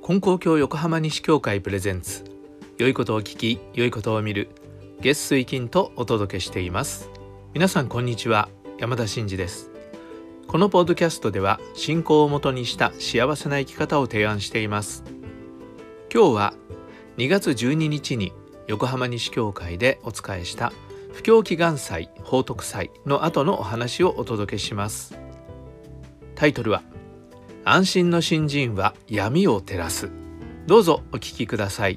金光教横浜西教会プレゼンツ、良いことを聞き良いことを見る、月水金とお届けしています。皆さんこんにちは、山田真嗣です。このポッドキャストでは信仰をもとにした幸せな生き方を提案しています。今日は2月12日に横浜西教会でお仕えした布教祈願祭報徳祭の後のお話をお届けします。タイトルは安心の新人は闇を照らす。どうぞお聞きください。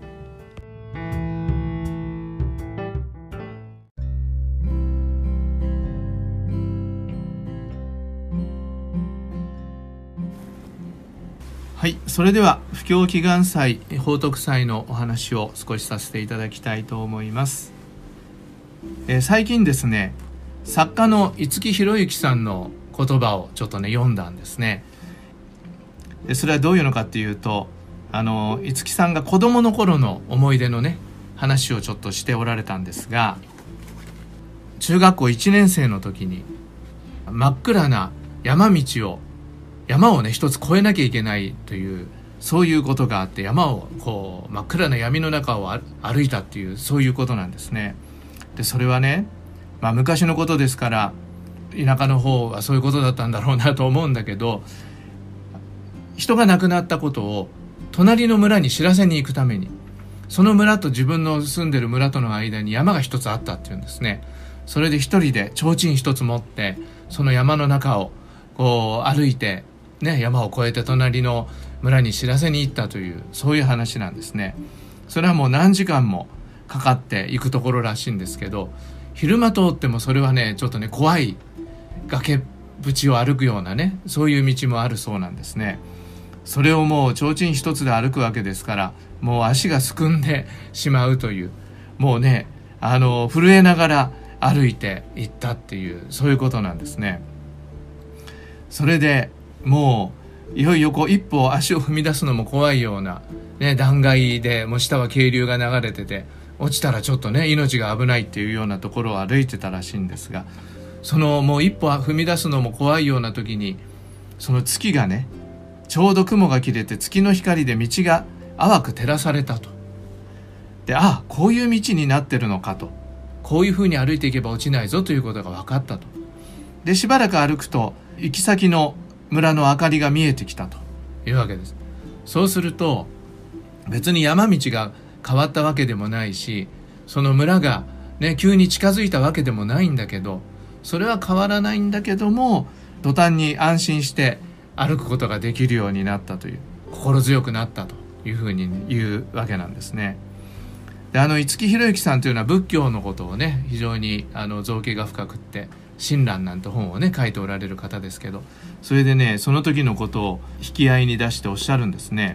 はい、それでは布教祈願祭報徳祭のお話を少しさせていただきたいと思います。最近ですね、作家の五木ひろゆきさんの言葉をちょっとね読んだんですね。それはどういうのかっていうと、五木さんが子供の頃の思い出のね話をちょっとしておられたんですが、中学校1年生の時に真っ暗な山をね一つ越えなきゃいけないという、そういうことがあって、山をこう真っ暗な闇の中を歩いたっていう、そういうことなんですね。でそれはね、昔のことですから田舎の方はそういうことだったんだろうなと思うんだけど、人が亡くなったことを隣の村に知らせに行くために、その村と自分の住んでる村との間に山が一つあったっていうんですね。それで一人で提灯一つ持ってその山の中をこう歩いてね、山を越えて隣の村に知らせに行ったという、そういう話なんですね。それはもう何時間もかかって行くところらしいんですけど、昼間通ってもそれはねちょっとね怖い崖縁を歩くようなね、そういう道もあるそうなんですね。それをもう提灯一つで歩くわけですから、もう足がすくんでしまうという、もうね震えながら歩いていったっていう、そういうことなんですね。それでもういよいよこう一歩足を踏み出すのも怖いような、ね、断崖でもう下は渓流が流れてて、落ちたらちょっとね命が危ないっていうようなところを歩いてたらしいんですが、そのもう一歩踏み出すのも怖いような時に、その月がねちょうど雲が切れて、月の光で道が淡く照らされたと。で、こういう道になってるのかと、こういうふうに歩いていけば落ちないぞということが分かったと。でしばらく歩くと行き先の村の明かりが見えてきたというわけです。そうすると別に山道が変わったわけでもないし、その村がね急に近づいたわけでもないんだけど、それは変わらないんだけども、途端に安心して歩くことができるようになったという、心強くなったというふうに言うわけなんですね。で五木ひろゆきさんというのは仏教のことをね非常に造詣が深くって、親鸞なんて本をね書いておられる方ですけど、それでねその時のことを引き合いに出しておっしゃるんですね。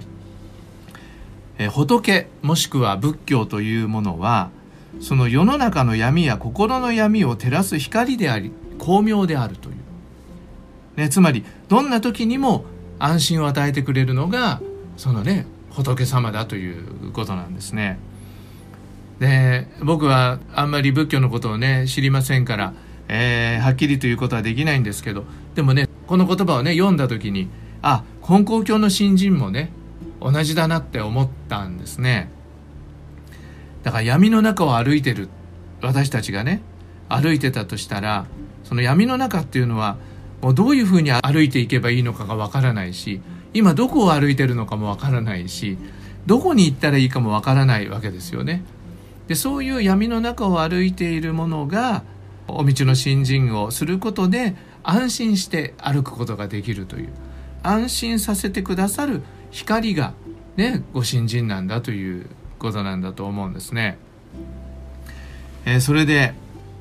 仏もしくは仏教というものは、その世の中の闇や心の闇を照らす光であり光明であるという、ね、つまりどんな時にも安心を与えてくれるのがそのね仏様だということなんですね。で僕はあんまり仏教のことをね知りませんから、はっきりということはできないんですけど、でもねこの言葉をね読んだ時に、金光教の新人もね同じだなって思ったんですね。だから闇の中を歩いてる私たちがね歩いてたとしたら、その闇の中っていうのはもうどういうふうに歩いていけばいいのかがわからないし、今どこを歩いてるのかもわからないし、どこに行ったらいいかもわからないわけですよね。でそういう闇の中を歩いているものがお道の信心をすることで安心して歩くことができるという、安心させてくださる光がねご信心なんだということなんだと思うんですね。それで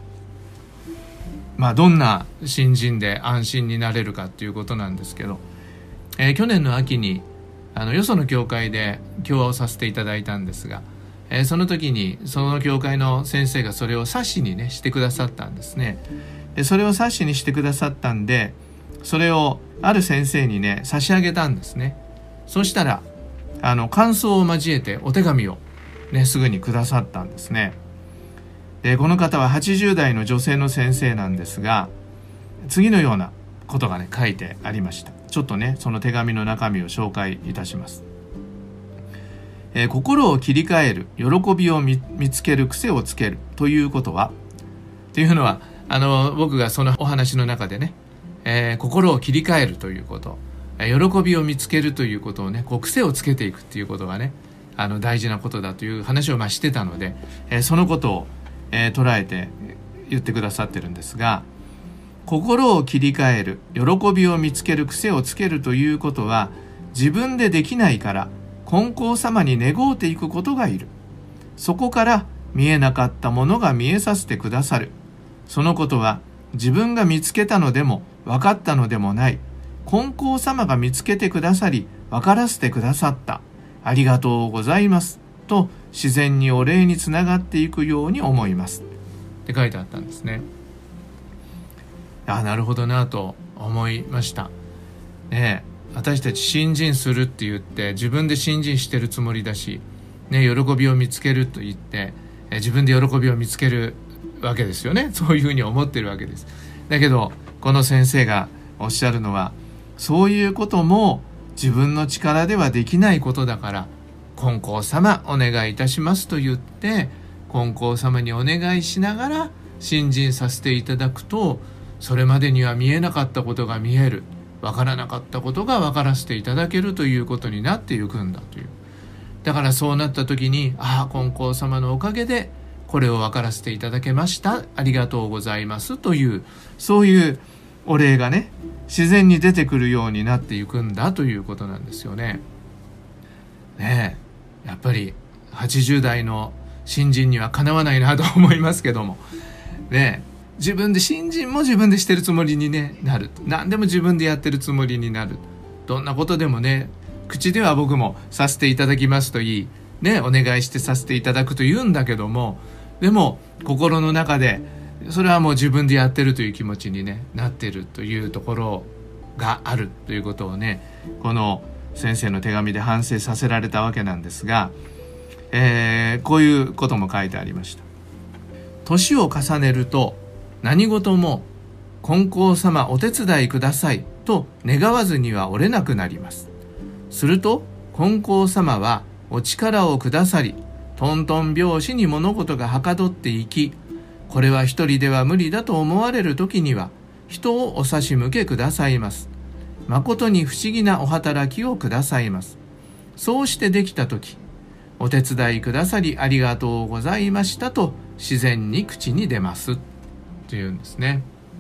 どんな信心で安心になれるかっていうことなんですけど、去年の秋によその教会で教話をさせていただいたんですが、その時にその教会の先生がそれを冊子にねしてくださったんですね。でそれを冊子にしてくださったんで、それをある先生にね差し上げたんですね。そしたら感想を交えてお手紙をねすぐにくださったんですね。でこの方は80代の女性の先生なんですが、次のようなことがね書いてありました。ちょっとねその手紙の中身を紹介いたします。 心を切り替える、喜びを見つける癖をつけるということは、というのは僕がそのお話の中でね、心を切り替えるということ、喜びを見つけるということをね、癖をつけていくっていうことがね、大事なことだという話をしてたので、そのことを、捉えて言ってくださってるんですが、心を切り替える、喜びを見つける癖をつけるということは、自分でできないから金光様に願うていくことがいる。そこから見えなかったものが見えさせてくださる。そのことは自分が見つけたのでも分かったのでもない。金光様が見つけてくださり分からせてくださった。ありがとうございます。と自然にお礼につながっていくように思います。って書いてあったんですね。なるほどなと思いました。私たち信心するって言って自分で信心してるつもりだし、喜びを見つけると言って自分で喜びを見つけるわけですよね。そういうふうに思ってるわけです。だけどこの先生がおっしゃるのは、そういうことも自分の力ではできないことだから、金光様お願いいたしますと言って金光様にお願いしながら信心させていただくと、それまでには見えなかったことが見える、分からなかったことが分からせていただけるということになっていくんだという。だからそうなった時に、金光様のおかげでこれを分からせていただけました、ありがとうございますという、そういうお礼がね、自然に出てくるようになっていくんだということなんですよね。やっぱり80代の新人にはかなわないなと思いますけども自分で新人も自分でしてるつもりに、なる。何でも自分でやってるつもりになる。どんなことでも口では僕もさせていただきますといい、お願いしてさせていただくと言うんだけども、でも心の中でそれはもう自分でやってるという気持ちに、なってるというところがあるということをこの先生の手紙で反省させられたわけなんですが、こういうことも書いてありました。年を重ねると何事も金光様お手伝いくださいと願わずにはおれなくなります。すると金光様はお力をくださり、トントン拍子に物事がはかどっていき、これは一人では無理だと思われる時には人をお差し向けくださいます。誠に不思議なお働きをくださいます。そうしてできた時、お手伝いくださりありがとうございましたと自然に口に出ますというんですね。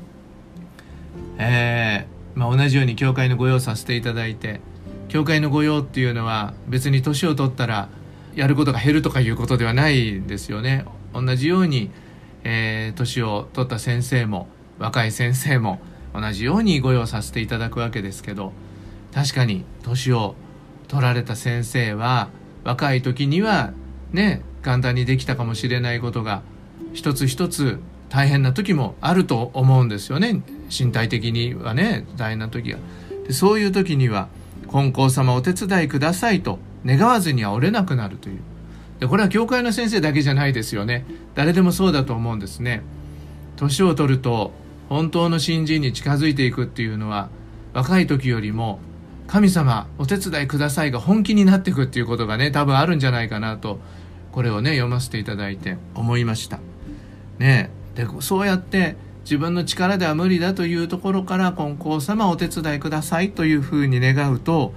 同じように教会の御用させていただいて、教会の御用っていうのは別に年を取ったらやることが減るとかいうことではないんですよね。同じように、年を取った先生も若い先生も同じように御用させていただくわけですけど、確かに年を取られた先生は若い時には簡単にできたかもしれないことが一つ一つ大変な時もあると思うんですよね。身体的には大変な時が。でそういう時には金光様お手伝いくださいと願わずにはおれなくなるという。でこれは教会の先生だけじゃないですよね。誰でもそうだと思うんですね。年を取ると本当の信心に近づいていくっていうのは、若い時よりも神様お手伝いくださいが本気になっていくっていうことが多分あるんじゃないかなと、これを読ませていただいて思いましたで、そうやって自分の力では無理だというところから金光様お手伝いくださいというふうに願うと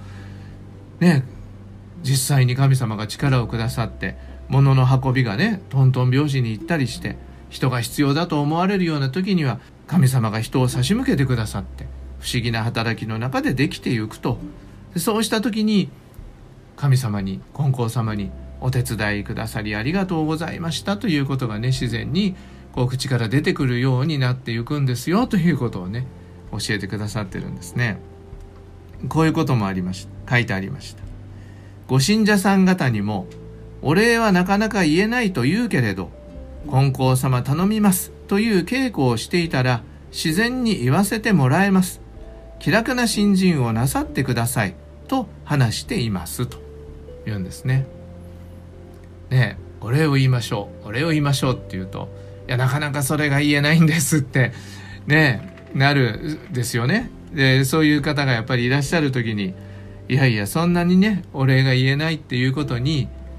実際に神様が力をくださって、物の運びがトントン拍子に行ったりして、人が必要だと思われるような時には神様が人を差し向けてくださって、不思議な働きの中でできていくと。そうした時に神様に、金光様にお手伝いくださりありがとうございましたということが自然に口から出てくるようになっていくんですよということを教えてくださってるんですね。こういうこともありました。書いてありました。ご信者さん方にも、お礼はなかなか言えないと言うけれど、金光様頼みますという稽古をしていたら自然に言わせてもらえます。気楽な信心をなさってくださいと話していますと言うんですね。お礼を言いましょう、お礼を言いましょうって言うと、いやなかなかそれが言えないんですってなるですよね。でそういう方がやっぱりいらっしゃる時に、いやいやそんなにお礼が言えないっていうことに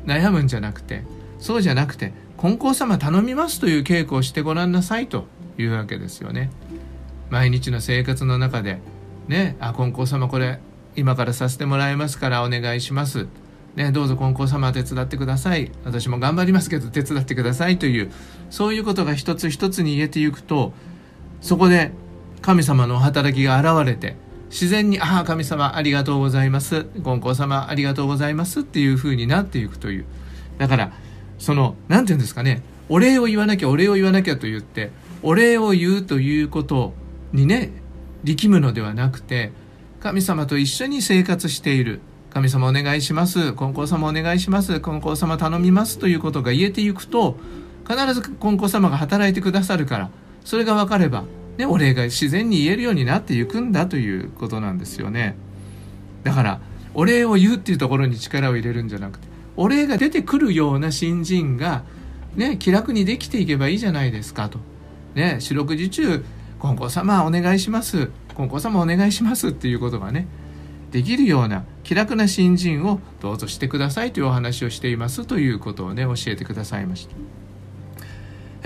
悩むんじゃなくて、そうじゃなくて金光様頼みますという稽古をしてごらんなさいというわけですよね。毎日の生活の中でね、金光様これ今からさせてもらいますからお願いします、ね、どうぞ金光様手伝ってください、私も頑張りますけど手伝ってくださいという、そういうことが一つ一つに言えていくと、そこで神様の働きが現れて、自然に神様ありがとうございます、金光様ありがとうございますっていう風になっていくという。だからなんていうんですかね、お礼を言わなきゃお礼を言わなきゃと言ってお礼を言うということにね力むのではなくて、神様と一緒に生活している、神様お願いします、金光様お願いします、金光様頼みますということが言えていくと、必ず金光様が働いてくださるから、それが分かればね、お礼が自然に言えるようになっていくんだということなんですよね。だからお礼を言うっていうところに力を入れるんじゃなくて、お礼が出てくるような新人がね、気楽にできていけばいいじゃないですかとね。四六時中金光様お願いします、金光様お願いしますっていうことがねできるような気楽な新人をどうぞしてくださいというお話をしていますということをね教えてくださいました。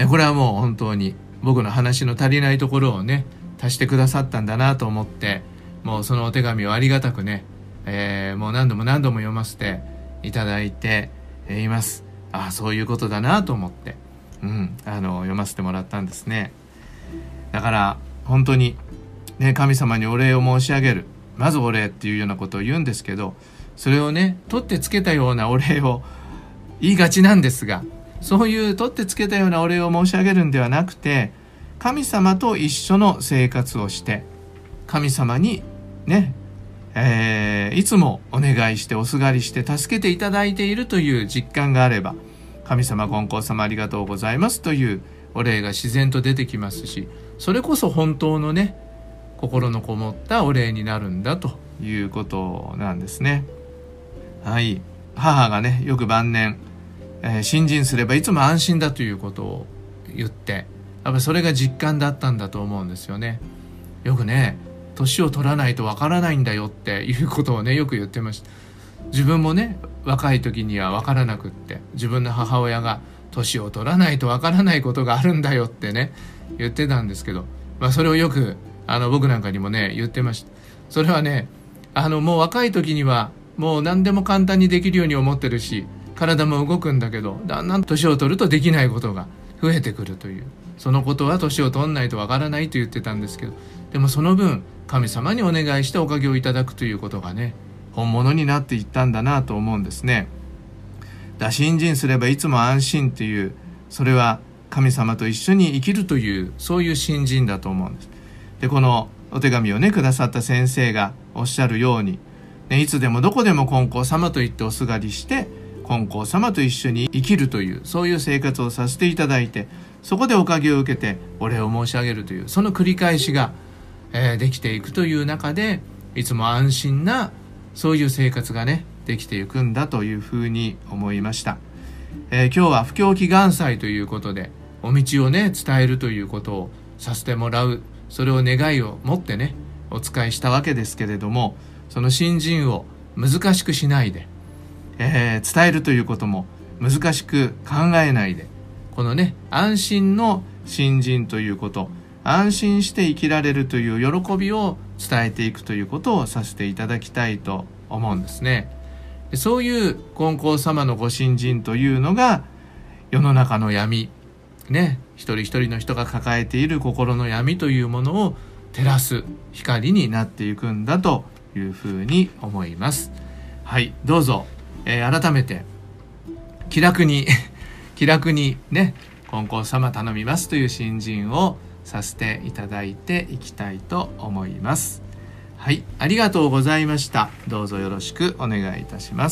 これはもう本当に僕の話の足りないところをね足してくださったんだなと思って、もうそのお手紙をありがたくね、もう何度も何度も読ませていただいています。そういうことだなと思って、読ませてもらったんですね。だから本当にね、神様にお礼を申し上げる、まずお礼っていうようなことを言うんですけど、それをね取ってつけたようなお礼を言いがちなんですが、そういう取ってつけたようなお礼を申し上げるんではなくて、神様と一緒の生活をして神様にね、いつもお願いしておすがりして助けていただいているという実感があれば、神様金光様ありがとうございますというお礼が自然と出てきますし、それこそ本当のね心のこもったお礼になるんだということなんですね。はい、母がねよく晩年、信心すればいつも安心だということを言って、やっぱりそれが実感だったんだと思うんですよね。よくね年を取らないとわからないんだよっていうことをねよく言ってました。自分もね若い時にはわからなくって、自分の母親が年を取らないとわからないことがあるんだよってね言ってたんですけど、それをよく僕なんかにもね言ってました。それはねもう若い時にはもう何でも簡単にできるように思ってるし、体も動くんだけど、だんだん年を取るとできないことが増えてくるという、そのことは年を取んないとわからないと言ってたんですけど、でもその分神様にお願いしておかげをいただくということがね本物になっていったんだなと思うんですね。信心すればいつも安心っていう、それは神様と一緒に生きるというそういう信心だと思うんです。でこのお手紙をねくださった先生がおっしゃるように、いつでもどこでも金光様と言っておすがりして金光様と一緒に生きるという、そういう生活をさせていただいて、そこでおかげを受けてお礼を申し上げるという、その繰り返しが、できていくという中で、いつも安心なそういう生活がねできていくんだというふうに思いました。今日は布教祈願祭ということで、お道をね伝えるということをさせてもらう、それを願いを持ってねお使いしたわけですけれども、その信心を難しくしないで、伝えるということも難しく考えないで、このね安心の信心ということ、安心して生きられるという喜びを伝えていくということをさせていただきたいと思うんですね。そういう金光様のご信心というのが、世の中の闇ね、一人一人の人が抱えている心の闇というものを照らす光になっていくんだというふうに思います。はい、どうぞ、改めて気楽に気楽にね金光様頼みますという信心をさせていただいていきたいと思います。はい、ありがとうございました。どうぞよろしくお願いいたします。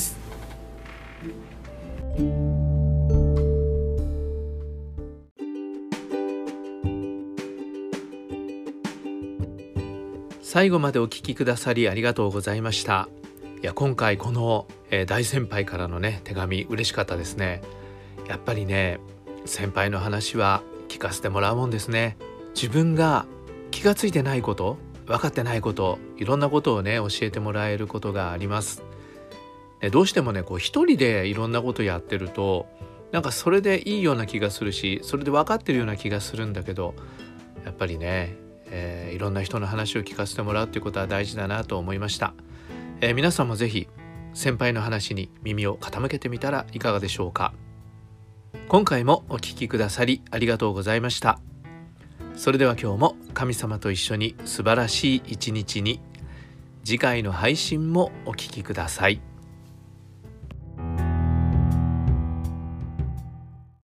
最後までお聞きくださりありがとうございました。いや今回この、大先輩からのね手紙嬉しかったですね。やっぱりね先輩の話は聞かせてもらうもんですね。自分が気がついてないこと、分かってないこと、いろんなことをね教えてもらえることがあります。 どうしてもね一人でいろんなことやってるとなんかそれでいいような気がするし、それで分かってるような気がするんだけど、やっぱりね、いろんな人の話を聞かせてもらうっていうことは大事だなと思いました。皆さんもぜひ先輩の話に耳を傾けてみたらいかがでしょうか。今回もお聞きくださりありがとうございました。それでは今日も神様と一緒に素晴らしい一日に。次回の配信もお聞きください。